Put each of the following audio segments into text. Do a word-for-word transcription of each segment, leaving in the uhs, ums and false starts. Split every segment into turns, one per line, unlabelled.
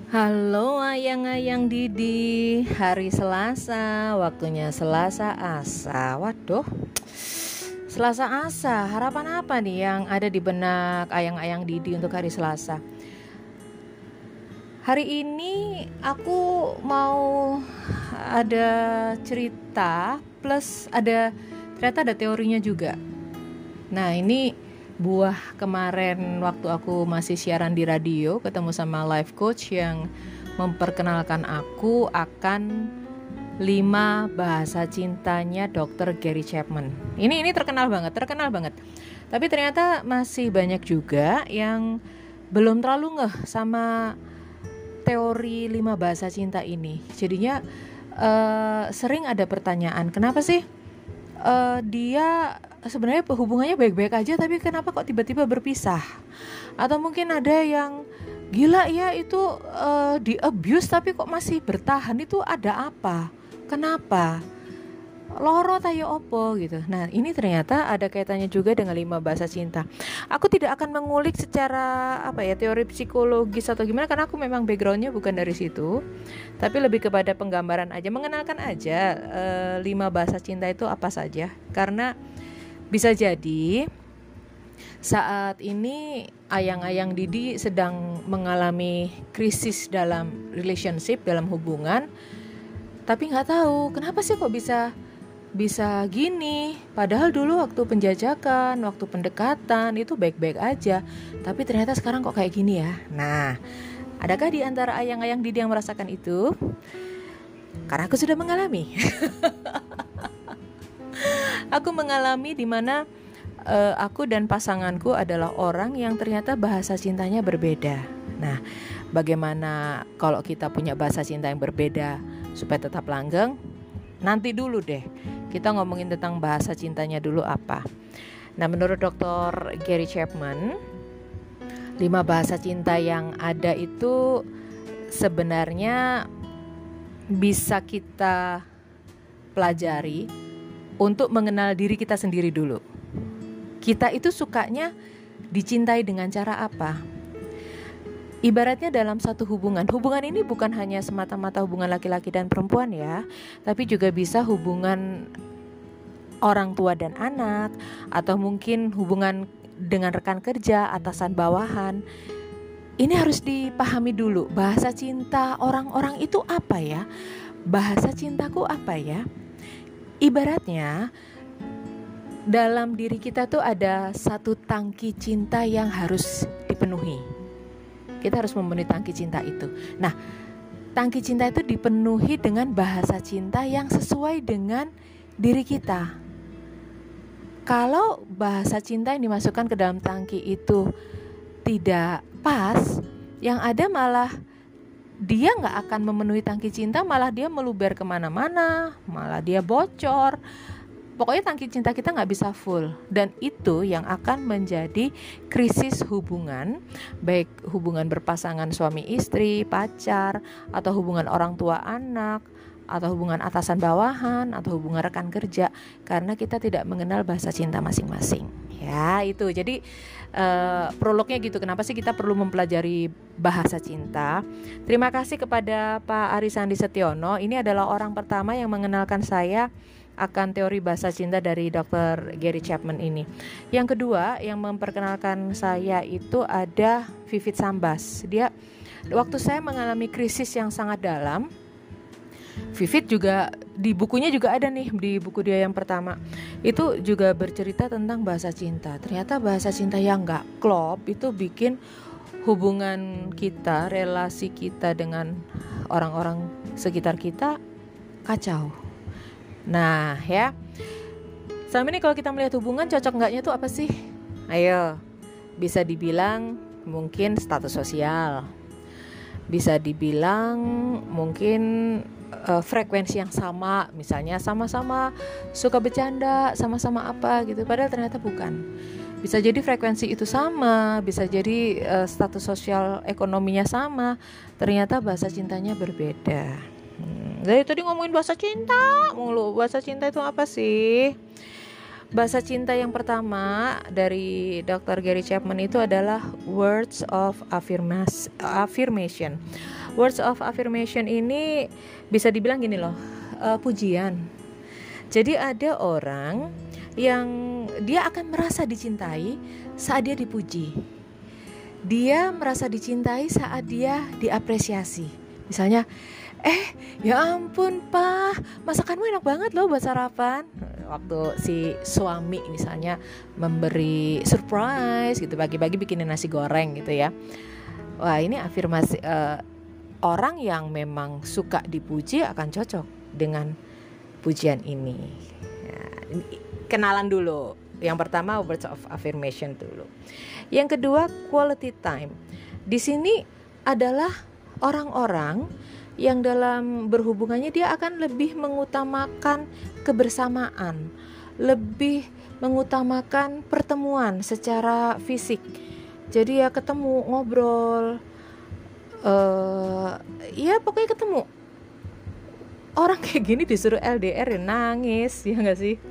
Halo ayang-ayang Didi, hari Selasa, waktunya Selasa Asa. Waduh, Selasa Asa, harapan apa nih yang ada di benak ayang-ayang Didi untuk hari Selasa? Hari ini aku mau ada cerita plus ada ternyata ada teorinya juga. Nah ini buah kemarin waktu aku masih siaran di radio ketemu sama life coach yang memperkenalkan aku akan lima bahasa cintanya dokter Gary Chapman. Ini ini terkenal banget, terkenal banget. Tapi ternyata masih banyak juga yang belum terlalu ngeh sama teori lima bahasa cinta ini. Jadinya uh, sering ada pertanyaan, kenapa sih uh, dia sebenarnya hubungannya baik-baik aja tapi kenapa kok tiba-tiba berpisah? Atau mungkin ada yang gila ya itu uh, di abuse tapi kok masih bertahan, itu ada apa? Kenapa? Loro tayo opo gitu. Nah ini ternyata ada kaitannya juga dengan lima bahasa cinta. Aku tidak akan mengulik secara apa ya teori psikologis atau gimana karena aku memang backgroundnya bukan dari situ. Tapi lebih kepada penggambaran aja, mengenalkan aja uh, lima bahasa cinta itu apa saja. Karena bisa jadi saat ini ayang-ayang Didi sedang mengalami krisis dalam relationship, dalam hubungan, tapi nggak tahu kenapa sih kok bisa bisa gini. Padahal dulu waktu penjajakan, waktu pendekatan itu baik-baik aja, tapi ternyata sekarang kok kayak gini ya. Nah, adakah di antara ayang-ayang Didi yang merasakan itu? Karena aku sudah mengalami. Aku mengalami di mana uh, aku dan pasanganku adalah orang yang ternyata bahasa cintanya berbeda. Nah, bagaimana kalau kita punya bahasa cinta yang berbeda supaya tetap langgeng? Nanti dulu deh, kita ngomongin tentang bahasa cintanya dulu apa. Nah, menurut dokter Gary Chapman, lima bahasa cinta yang ada itu sebenarnya bisa kita pelajari untuk mengenal diri kita sendiri dulu. Kita itu sukanya dicintai dengan cara apa? Ibaratnya dalam satu hubungan, hubungan ini bukan hanya semata-mata hubungan laki-laki dan perempuan ya, tapi juga bisa hubungan orang tua dan anak, atau mungkin hubungan dengan rekan kerja, atasan bawahan. Ini harus dipahami dulu, bahasa cinta orang-orang itu apa ya? Bahasa cintaku apa ya? Ibaratnya dalam diri kita tuh ada satu tangki cinta yang harus dipenuhi. Kita harus memenuhi tangki cinta itu. Nah, tangki cinta itu dipenuhi dengan bahasa cinta yang sesuai dengan diri kita. Kalau bahasa cinta yang dimasukkan ke dalam tangki itu tidak pas, yang ada malah dia gak akan memenuhi tangki cinta, malah dia meluber kemana-mana, malah dia bocor. Pokoknya tangki cinta kita gak bisa full. Dan itu yang akan menjadi krisis hubungan, baik hubungan berpasangan suami istri, pacar, atau hubungan orang tua anak, atau hubungan atasan bawahan, atau hubungan rekan kerja, karena kita tidak mengenal bahasa cinta masing-masing. Ya itu, jadi uh, prolognya gitu, kenapa sih kita perlu mempelajari bahasa cinta. Terima kasih kepada Pak Arisandi Setiono. Ini adalah orang pertama yang mengenalkan saya akan teori bahasa cinta dari dokter Gary Chapman ini. Yang kedua yang memperkenalkan saya itu ada Vivit Sambas. Dia waktu saya mengalami krisis yang sangat dalam, Vivit juga di bukunya juga ada nih, di buku dia yang pertama itu juga bercerita tentang bahasa cinta. Ternyata bahasa cinta yang gak klop itu bikin hubungan kita, relasi kita dengan orang-orang sekitar kita kacau. Nah ya, selama ini kalau kita melihat hubungan cocok enggaknya tuh apa sih? Ayo, bisa dibilang mungkin status sosial, bisa dibilang mungkin uh, frekuensi yang sama, misalnya sama-sama suka bercanda, sama-sama apa gitu, padahal ternyata bukan. Bisa jadi frekuensi itu sama, bisa jadi uh, status sosial ekonominya sama, ternyata bahasa cintanya berbeda. hmm, Dari tadi ngomongin bahasa cinta mulu, bahasa cinta itu apa sih? Bahasa cinta yang pertama dari dokter Gary Chapman itu adalah words of affirmation. Words of affirmation ini bisa dibilang gini loh, uh, pujian. Jadi ada orang yang dia akan merasa dicintai saat dia dipuji. Dia merasa dicintai saat dia diapresiasi. Misalnya, eh ya ampun Pak, masakanmu enak banget loh buat sarapan. Waktu si suami misalnya memberi surprise gitu, pagi-pagi bikinin nasi goreng gitu ya. Wah, ini afirmasi, uh, orang yang memang suka dipuji akan cocok dengan pujian ini. Nah, kenalan dulu. Yang pertama words of affirmation dulu. Yang kedua quality time. Di sini adalah orang-orang yang dalam berhubungannya dia akan lebih mengutamakan kebersamaan, lebih mengutamakan pertemuan secara fisik. Jadi ya ketemu, ngobrol, uh, ya pokoknya ketemu. Orang kayak gini disuruh L D R ya nangis, ya nggak sih?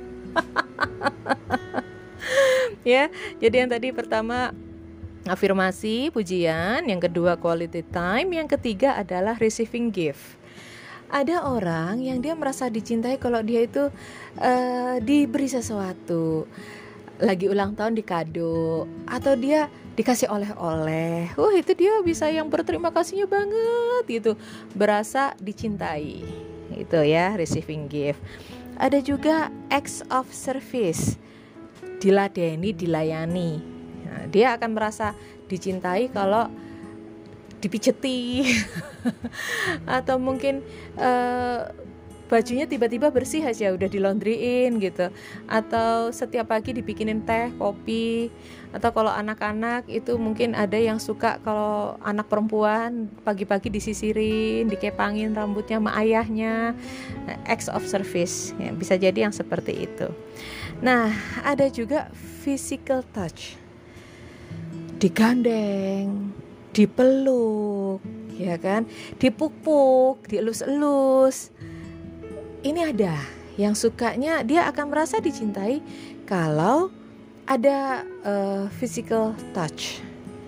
Ya, jadi yang tadi pertama afirmasi, pujian, yang kedua quality time, yang ketiga adalah receiving gift. Ada orang yang dia merasa dicintai kalau dia itu uh, diberi sesuatu, lagi ulang tahun dikado, atau dia dikasih oleh-oleh. Wah, itu dia bisa yang berterima kasihnya banget gitu, berasa dicintai. Itu ya, receiving gift. Ada juga acts of service, diladeni, dilayani. Nah, dia akan merasa dicintai kalau dipijeti atau mungkin uh, bajunya tiba-tiba bersih aja udah dilondriin gitu, atau setiap pagi dibikinin teh, kopi, atau kalau anak-anak itu mungkin ada yang suka kalau anak perempuan pagi-pagi disisirin, dikepangin rambutnya sama ayahnya. Acts of service ya, bisa jadi yang seperti itu. Nah, ada juga physical touch, digandeng, dipeluk, ya kan, dipupuk, dielus-elus. Ini ada yang sukanya dia akan merasa dicintai kalau ada uh, physical touch.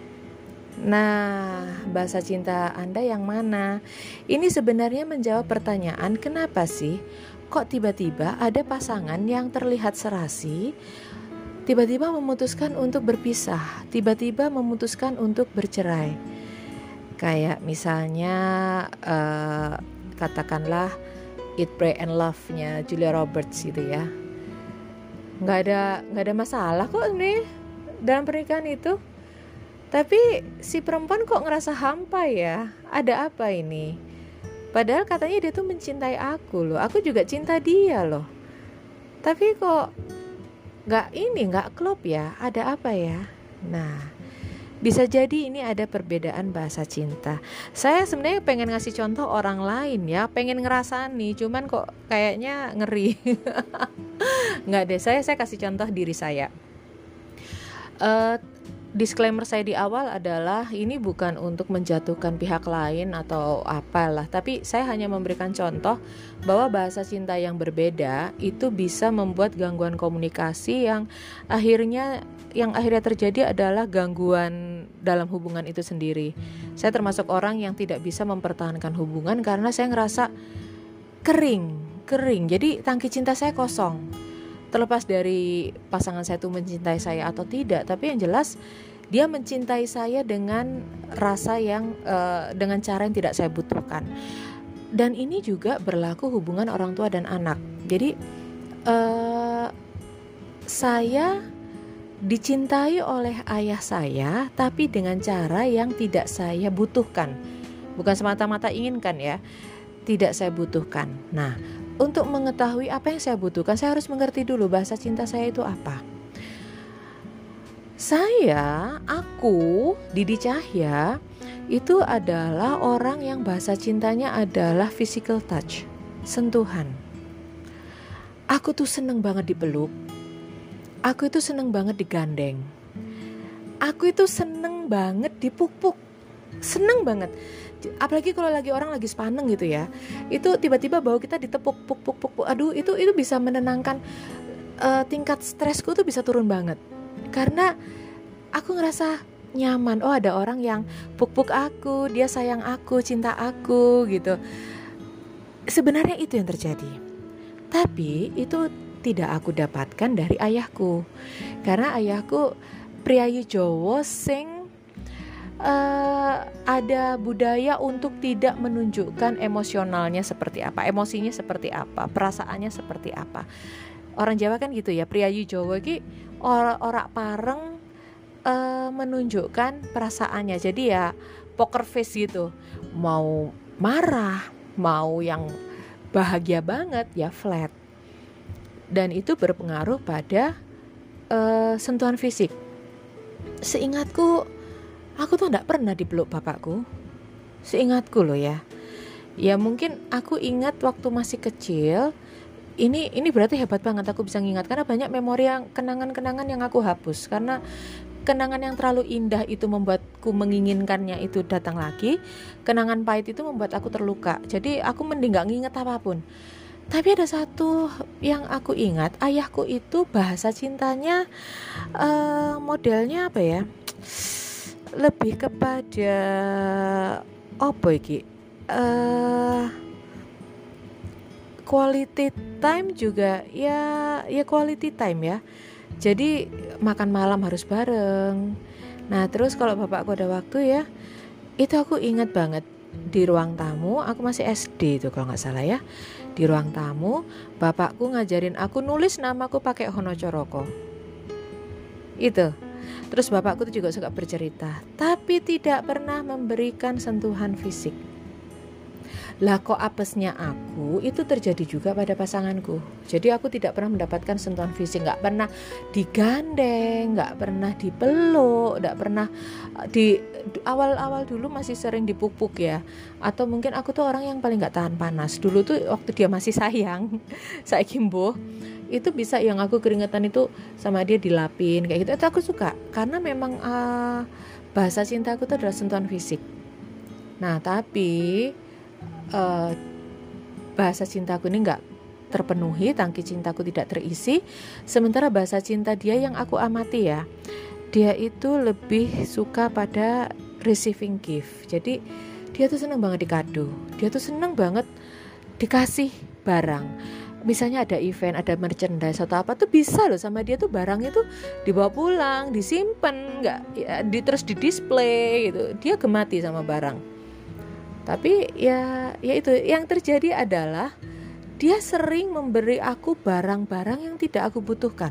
Nah, bahasa cinta Anda yang mana? Ini sebenarnya menjawab pertanyaan kenapa sih kok tiba-tiba ada pasangan yang terlihat serasi tiba-tiba memutuskan untuk berpisah, tiba-tiba memutuskan untuk bercerai. Kayak misalnya uh, katakanlah Eat, Pray and Love-nya Julia Roberts gitu ya. Nggak ada nggak ada masalah kok nih dalam pernikahan itu. Tapi si perempuan kok ngerasa hampa ya? Ada apa ini? Padahal katanya dia tuh mencintai aku loh. Aku juga cinta dia loh. Tapi kok nggak ini nggak klop ya? Ada apa ya? Nah, bisa jadi ini ada perbedaan bahasa cinta. Saya sebenarnya pengen ngasih contoh orang lain ya, pengen ngerasani, cuman kok kayaknya ngeri. Nggak deh, saya saya kasih contoh diri saya. Uh, disclaimer saya di awal adalah ini bukan untuk menjatuhkan pihak lain atau apalah, tapi saya hanya memberikan contoh bahwa bahasa cinta yang berbeda itu bisa membuat gangguan komunikasi yang akhirnya yang akhirnya terjadi adalah gangguan dalam hubungan itu sendiri. Saya termasuk orang yang tidak bisa mempertahankan hubungan karena saya ngerasa kering, kering. Jadi tangki cinta saya kosong. Terlepas dari pasangan saya itu mencintai saya atau tidak, tapi yang jelas dia mencintai saya dengan rasa yang uh, dengan cara yang tidak saya butuhkan. Dan ini juga berlaku hubungan orang tua dan anak. Jadi uh, saya dicintai oleh ayah saya, tapi dengan cara yang tidak saya butuhkan. Bukan semata-mata inginkan ya, tidak saya butuhkan. Nah, untuk mengetahui apa yang saya butuhkan, saya harus mengerti dulu bahasa cinta saya itu apa. Saya, aku, Didi Cahya, itu adalah orang yang bahasa cintanya adalah physical touch, sentuhan. Aku tuh seneng banget dipeluk. Aku itu seneng banget digandeng. Aku itu seneng banget dipupuk. Seneng banget. Apalagi kalau lagi orang lagi sepaneng gitu ya, itu tiba-tiba bau kita ditepuk, puk, puk, puk, puk. Aduh, itu itu bisa menenangkan uh, tingkat stresku tuh bisa turun banget. Karena aku ngerasa nyaman. Oh, ada orang yang puk-puk aku, dia sayang aku, cinta aku gitu. Sebenarnya itu yang terjadi. Tapi itu tidak aku dapatkan dari ayahku. Karena ayahku priayi Jawa sing Uh, ada budaya untuk tidak menunjukkan emosionalnya seperti apa, emosinya seperti apa, perasaannya seperti apa. Orang Jawa kan gitu ya, priayi Jawa ki ora pareng uh, menunjukkan perasaannya. Jadi ya poker face gitu. Mau marah, mau yang bahagia banget ya flat. Dan itu berpengaruh pada uh, sentuhan fisik. Seingatku, aku tuh gak pernah dipeluk bapakku. Seingatku loh ya. Ya mungkin aku ingat waktu masih kecil. Ini ini berarti hebat banget aku bisa ngingat. Karena banyak memori yang kenangan-kenangan yang aku hapus. Karena kenangan yang terlalu indah itu membuatku menginginkannya itu datang lagi. Kenangan pahit itu membuat aku terluka. Jadi aku mending gak nginget apapun. Tapi ada satu yang aku ingat. Ayahku itu bahasa cintanya uh, modelnya apa ya, lebih kepada apa iki? Uh, quality time juga ya, ya quality time ya. Jadi makan malam harus bareng. Nah, terus kalau bapakku ada waktu ya, itu aku ingat banget di ruang tamu, aku masih S D itu kalau nggak salah ya. Di ruang tamu, bapakku ngajarin aku nulis namaku pakai honocoroko. Itu. Terus bapakku tuh juga suka bercerita, tapi tidak pernah memberikan sentuhan fisik. Lah kok apesnya aku itu terjadi juga pada pasanganku. Jadi aku tidak pernah mendapatkan sentuhan fisik, nggak pernah digandeng, nggak pernah dipeluk, nggak pernah di awal-awal dulu masih sering dipupuk ya. Atau mungkin aku tuh orang yang paling nggak tahan panas. Dulu tuh waktu dia masih sayang, saiki mbuh, itu bisa yang aku keringetan itu sama dia dilapin kayak gitu. Itu aku suka karena memang uh, bahasa cintaku itu adalah sentuhan fisik. Nah tapi uh, bahasa cintaku ini nggak terpenuhi, tangki cintaku tidak terisi. Sementara bahasa cinta dia yang aku amati ya, dia itu lebih suka pada receiving gift. Jadi dia tuh seneng banget dikado, dia tuh seneng banget dikasih barang. Misalnya ada event, ada merchandise atau apa tuh bisa loh sama dia tuh barangnya tuh dibawa pulang, disimpan, nggak ya, di, terus di display gitu. Dia gemati sama barang. Tapi ya, ya itu yang terjadi adalah dia sering memberi aku barang-barang yang tidak aku butuhkan,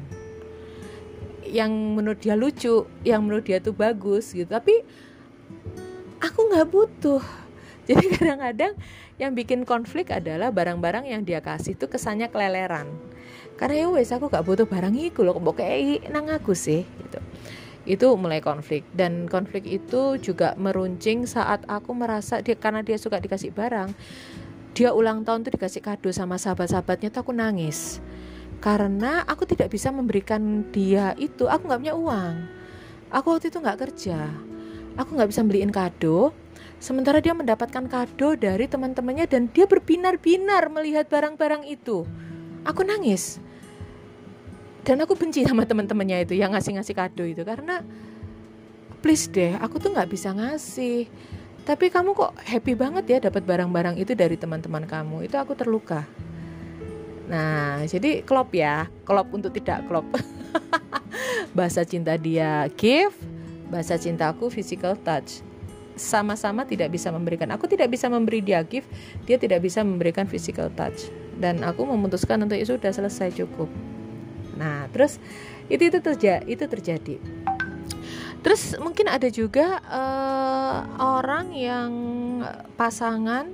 yang menurut dia lucu, yang menurut dia tuh bagus gitu. Tapi aku nggak butuh. Jadi kadang-kadang yang bikin konflik adalah barang-barang yang dia kasih tuh kesannya keleleran. Karena ya wes aku gak butuh barang iku loh, kok kayak nang aku sih gitu. Itu mulai konflik. Dan konflik itu juga meruncing saat aku merasa dia, karena dia suka dikasih barang, dia ulang tahun tuh dikasih kado sama sahabat-sahabatnya tuh aku nangis. Karena aku tidak bisa memberikan dia itu, aku gak punya uang. Aku waktu itu gak kerja, aku gak bisa beliin kado. Sementara dia mendapatkan kado dari teman-temannya dan dia berbinar-binar melihat barang-barang itu. Aku nangis. Dan aku benci sama teman-temannya itu yang ngasih-ngasih kado itu. Karena please deh, aku tuh gak bisa ngasih. Tapi kamu kok happy banget ya dapat barang-barang itu dari teman-teman kamu. Itu aku terluka. Nah, jadi klop ya. Klop untuk tidak klop. Bahasa cinta dia gift, bahasa cintaku physical touch. Sama-sama tidak bisa memberikan. Aku tidak bisa memberi dia gift, dia tidak bisa memberikan physical touch. Dan aku memutuskan untuk itu sudah selesai, cukup. Nah, terus itu itu terjadi, itu terjadi. Terus mungkin ada juga uh, orang yang pasangan,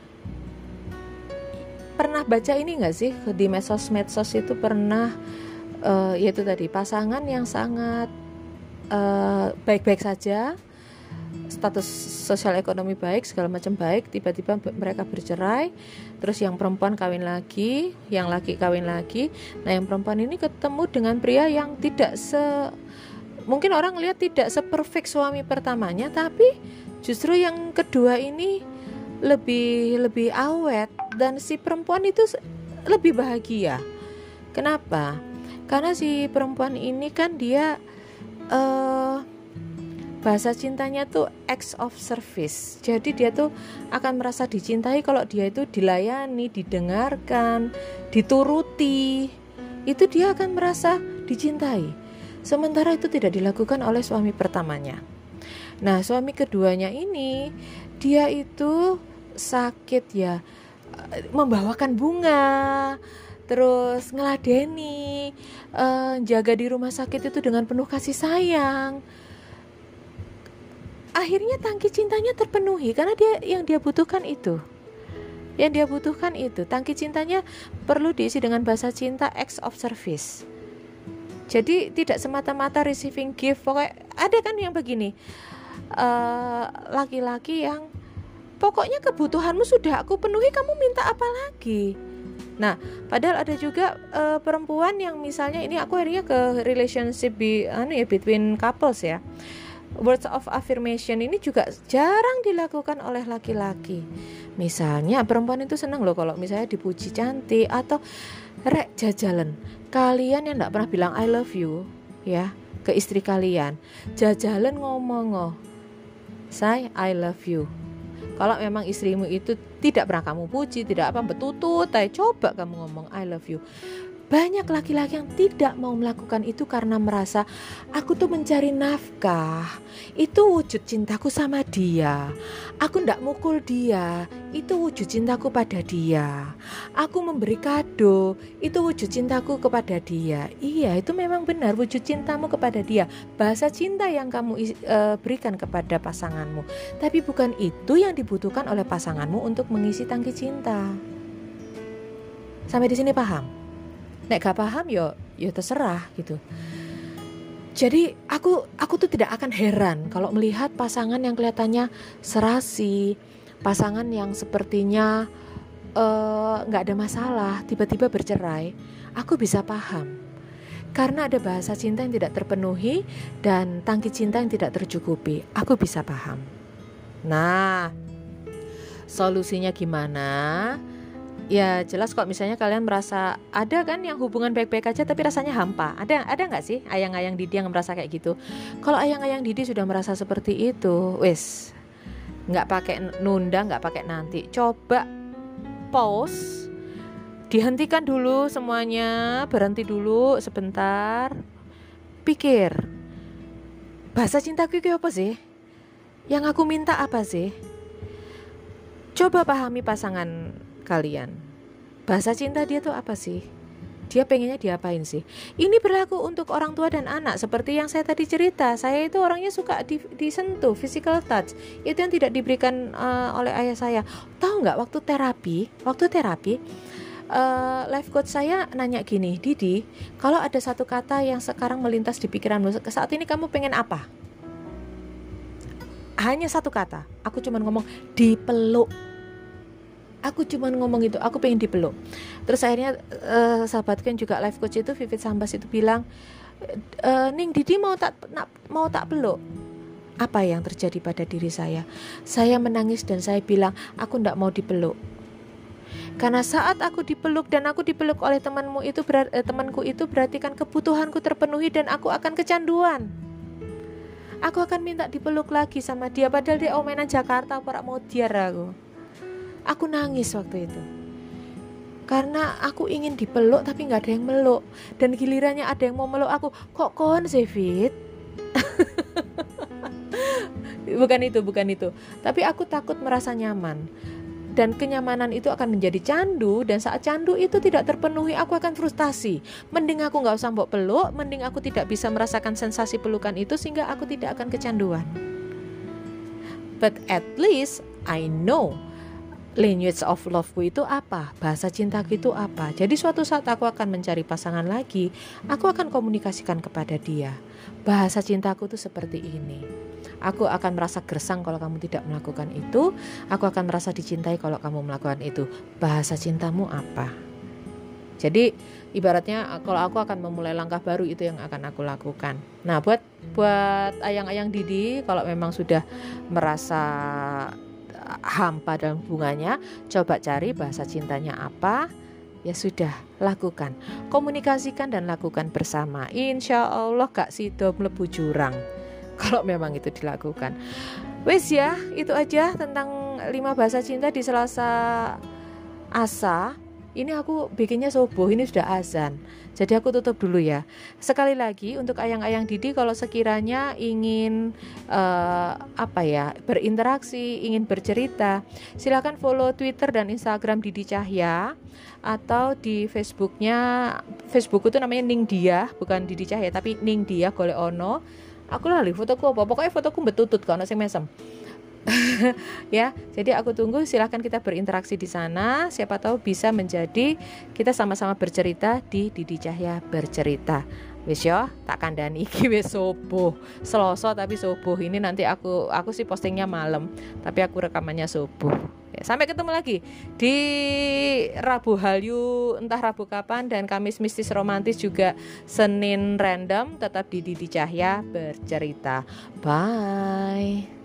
pernah baca ini nggak sih di medsos-medsos itu pernah uh, yaitu tadi pasangan yang sangat uh, baik-baik saja, status sosial ekonomi baik, segala macam baik, tiba-tiba mereka bercerai, terus yang perempuan kawin lagi, yang laki kawin lagi. Nah, yang perempuan ini ketemu dengan pria yang tidak se, mungkin orang lihat tidak seperfect suami pertamanya, tapi justru yang kedua ini lebih lebih awet dan si perempuan itu lebih bahagia. Kenapa? Karena si perempuan ini kan dia uh, bahasa cintanya tuh acts of service. Jadi dia tuh akan merasa dicintai kalau dia itu dilayani, didengarkan, dituruti. Itu dia akan merasa dicintai. Sementara itu tidak dilakukan oleh suami pertamanya. Nah, suami keduanya ini dia itu sakit ya, membawakan bunga, terus ngeladeni, uh, jaga di rumah sakit itu dengan penuh kasih sayang. Akhirnya tangki cintanya terpenuhi karena dia yang dia butuhkan itu. Yang dia butuhkan itu, tangki cintanya perlu diisi dengan bahasa cinta acts of service. Jadi tidak semata-mata receiving gift. Pokoknya ada kan yang begini, uh, laki-laki yang pokoknya kebutuhanmu sudah aku penuhi, kamu minta apa lagi? Nah, padahal ada juga uh, perempuan yang misalnya ini aku akhirnya ke relationship be, anu ya, between couples ya. Words of affirmation ini juga jarang dilakukan oleh laki-laki. Misalnya perempuan itu senang loh kalau misalnya dipuji cantik, atau rek jajalan. Kalian yang enggak pernah bilang I love you ya ke istri kalian, jajalan ngomong oh, say I love you. Kalau memang istrimu itu tidak pernah kamu puji, tidak apa betutut, coba kamu ngomong I love you. Banyak laki-laki yang tidak mau melakukan itu karena merasa aku tuh mencari nafkah, itu wujud cintaku sama dia. Aku ndak mukul dia, itu wujud cintaku pada dia. Aku memberi kado, itu wujud cintaku kepada dia. Iya, itu memang benar wujud cintamu kepada dia. Bahasa cinta yang kamu uh, berikan kepada pasanganmu. Tapi bukan itu yang dibutuhkan oleh pasanganmu untuk mengisi tangki cinta. Sampai di sini paham? Nek gak paham yo, yo terserah gitu. Jadi aku aku tuh tidak akan heran kalau melihat pasangan yang kelihatannya serasi, pasangan yang sepertinya nggak uh, ada masalah, tiba-tiba bercerai. Aku bisa paham karena ada bahasa cinta yang tidak terpenuhi dan tangki cinta yang tidak tercukupi. Aku bisa paham. Nah, solusinya gimana? Ya jelas kok, misalnya kalian merasa ada kan yang hubungan baik-baik aja tapi rasanya hampa. Ada ada nggak sih ayang-ayang Didi yang merasa kayak gitu? Kalau ayang-ayang Didi sudah merasa seperti itu, wes nggak pakai nunda, nggak pakai nanti. Coba pause, dihentikan dulu semuanya, berhenti dulu sebentar, pikir bahasa cintaku itu apa sih? Yang aku minta apa sih? Coba pahami pasangan kalian. Bahasa cinta dia tuh apa sih? Dia pengennya diapain sih? Ini berlaku untuk orang tua dan anak. Seperti yang saya tadi cerita, saya itu orangnya suka di, disentuh, physical touch. Itu yang tidak diberikan uh, oleh ayah saya. Tahu nggak, waktu terapi, waktu terapi uh, life coach saya nanya gini, Didi, kalau ada satu kata yang sekarang melintas di pikiranmu, saat ini kamu pengen apa? Hanya satu kata. Aku cuma ngomong dipeluk. Aku cuma ngomong itu, aku pengen dipeluk. Terus akhirnya uh, sahabatku yang juga life coach itu, Vivit Sambas itu bilang, e, Ning Didi mau tak nak, mau tak peluk. Apa yang terjadi pada diri saya? Saya menangis dan saya bilang, aku ndak mau dipeluk. Karena saat aku dipeluk dan aku dipeluk oleh temanmu itu berat, eh, temanku itu berarti kan kebutuhanku terpenuhi dan aku akan kecanduan. Aku akan minta dipeluk lagi sama dia, padahal dia omenan Jakarta, para mau diar aku. Aku nangis waktu itu karena aku ingin dipeluk tapi gak ada yang meluk. Dan gilirannya ada yang mau meluk aku, kok kon sih Fit? Bukan itu, bukan itu. Tapi aku takut merasa nyaman. Dan kenyamanan itu akan menjadi candu. Dan saat candu itu tidak terpenuhi, aku akan frustasi. Mending aku gak usah mbok peluk, mending aku tidak bisa merasakan sensasi pelukan itu, sehingga aku tidak akan kecanduan. But at least I know language of love-ku itu apa, bahasa cintaku itu apa. Jadi suatu saat aku akan mencari pasangan lagi, aku akan komunikasikan kepada dia, bahasa cintaku itu seperti ini. Aku akan merasa gersang kalau kamu tidak melakukan itu. Aku akan merasa dicintai kalau kamu melakukan itu. Bahasa cintamu apa? Jadi ibaratnya kalau aku akan memulai langkah baru, itu yang akan aku lakukan. Nah, buat buat ayang-ayang Didi, kalau memang sudah merasa hampa dalam hubungannya, coba cari bahasa cintanya apa, ya sudah, lakukan, komunikasikan dan lakukan bersama. Insya Allah gak sido mlebu jurang kalau memang itu dilakukan. Wes ya, itu aja tentang lima bahasa cinta di Selasa Asa. Ini aku bikinnya subuh, ini sudah azan. Jadi aku tutup dulu ya. Sekali lagi untuk ayang-ayang Didi, kalau sekiranya ingin uh, apa ya, berinteraksi, ingin bercerita, silakan follow Twitter dan Instagram Didi Cahya, atau di Facebooknya, Facebook itu namanya Ning Dia, bukan Didi Cahya tapi Ning Dia golek ono. Aku lali fotoku apa, pokoknya fotoku betutut kalau sing mesem. Ya, jadi aku tunggu, silahkan kita berinteraksi di sana. Siapa tahu bisa menjadi kita sama-sama bercerita di Didi Cahya Bercerita. Wis yo, tak kandani iki wis subuh. Selasa tapi subuh. Ini nanti aku aku sih postingnya malam, tapi aku rekamannya subuh. Ya, sampai ketemu lagi di Rabu Halyu, entah Rabu kapan, dan Kamis Mistis Romantis juga Senin Random, tetap di Didi Cahya Bercerita. Bye.